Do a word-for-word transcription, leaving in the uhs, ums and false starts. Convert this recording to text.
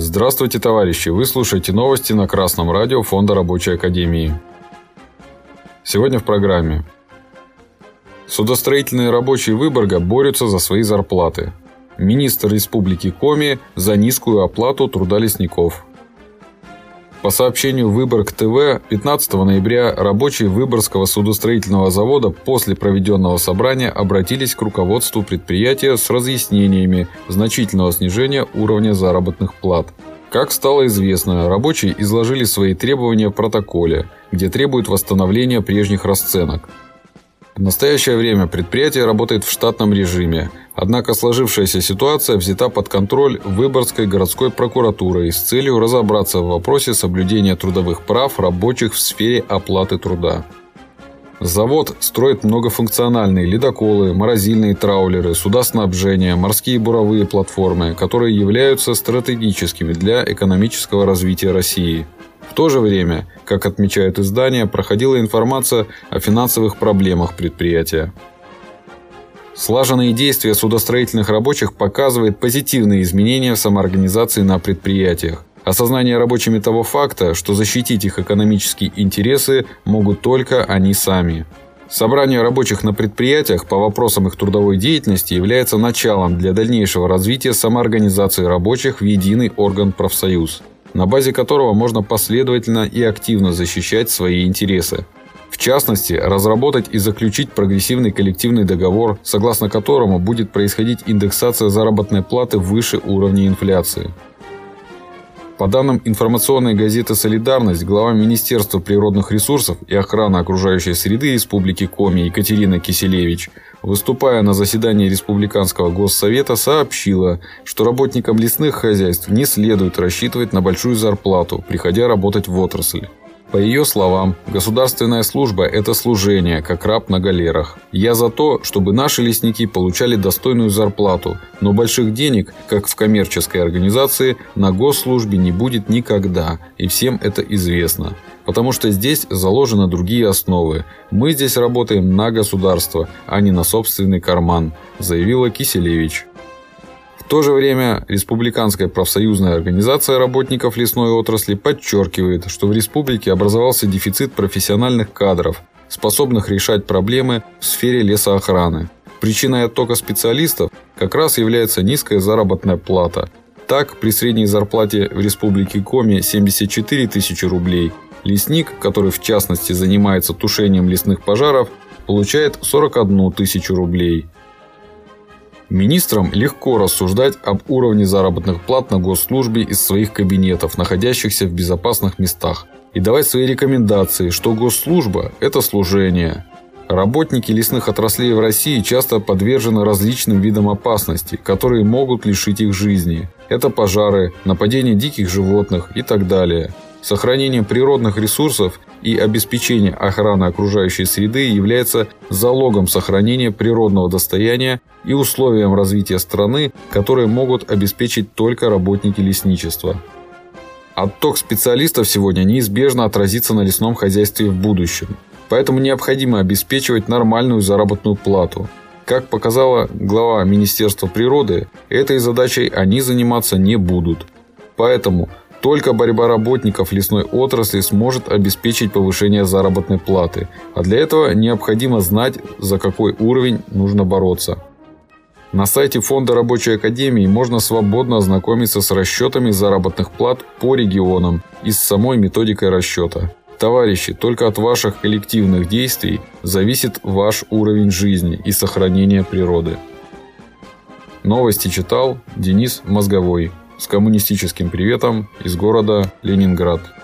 Здравствуйте, товарищи! Вы слушаете новости на Красном радио Фонда Рабочей Академии. Сегодня в программе. Судостроительные рабочие Выборга борются за свои зарплаты. Министр Республики Коми за низкую оплату труда лесников. По сообщению Выборг ТВ, пятнадцатого ноября рабочие Выборгского судостроительного завода после проведенного собрания обратились к руководству предприятия с разъяснениями значительного снижения уровня заработных плат. Как стало известно, рабочие изложили свои требования в протоколе, где требуют восстановления прежних расценок. В настоящее время предприятие работает в штатном режиме, однако сложившаяся ситуация взята под контроль Выборгской городской прокуратурой с целью разобраться в вопросе соблюдения трудовых прав рабочих в сфере оплаты труда. Завод строит многофункциональные ледоколы, морозильные траулеры, суда снабжения, морские буровые платформы, которые являются стратегическими для экономического развития России. В то же время, как отмечают издания, проходила информация о финансовых проблемах предприятия. Слаженные действия судостроительных рабочих показывают позитивные изменения в самоорганизации на предприятиях. Осознание рабочими того факта, что защитить их экономические интересы могут только они сами. Собрание рабочих на предприятиях по вопросам их трудовой деятельности является началом для дальнейшего развития самоорганизации рабочих в единый орган профсоюз, на базе которого можно последовательно и активно защищать свои интересы. В частности, разработать и заключить прогрессивный коллективный договор, согласно которому будет происходить индексация заработной платы выше уровня инфляции. По данным информационной газеты «Солидарность», глава Министерства природных ресурсов и охраны окружающей среды Республики Коми Екатерина Киселевич, выступая на заседании Республиканского Госсовета, сообщила, что работникам лесных хозяйств не следует рассчитывать на большую зарплату, приходя работать в отрасль. По ее словам, государственная служба – это служение, как раб на галерах. Я за то, чтобы наши лесники получали достойную зарплату, но больших денег, как в коммерческой организации, на госслужбе не будет никогда, и всем это известно. Потому что здесь заложены другие основы. Мы здесь работаем на государство, а не на собственный карман, заявила Киселевич. В то же время Республиканская профсоюзная организация работников лесной отрасли подчеркивает, что в республике образовался дефицит профессиональных кадров, способных решать проблемы в сфере лесоохраны. Причиной оттока специалистов как раз является низкая заработная плата. Так, при средней зарплате в Республике Коми семьдесят четыре тысячи рублей, лесник, который в частности занимается тушением лесных пожаров, получает сорок одну тысячу рублей. Министрам легко рассуждать об уровне заработных плат на госслужбе из своих кабинетов, находящихся в безопасных местах, и давать свои рекомендации, что госслужба – это служение. Работники лесных отраслей в России часто подвержены различным видам опасности, которые могут лишить их жизни. Это пожары, нападения диких животных и так далее. Сохранение природных ресурсов и обеспечение охраны окружающей среды является залогом сохранения природного достояния и условием развития страны, которые могут обеспечить только работники лесничества. Отток специалистов сегодня неизбежно отразится на лесном хозяйстве в будущем, поэтому необходимо обеспечивать нормальную заработную плату. Как показала глава Министерства природы, этой задачей они заниматься не будут. Поэтому только борьба работников лесной отрасли сможет обеспечить повышение заработной платы, а для этого необходимо знать, за какой уровень нужно бороться. На сайте Фонда Рабочей Академии можно свободно ознакомиться с расчетами заработных плат по регионам и с самой методикой расчета. Товарищи, только от ваших коллективных действий зависит ваш уровень жизни и сохранения природы. Новости читал Денис Мозговой. С коммунистическим приветом из города Ленинград.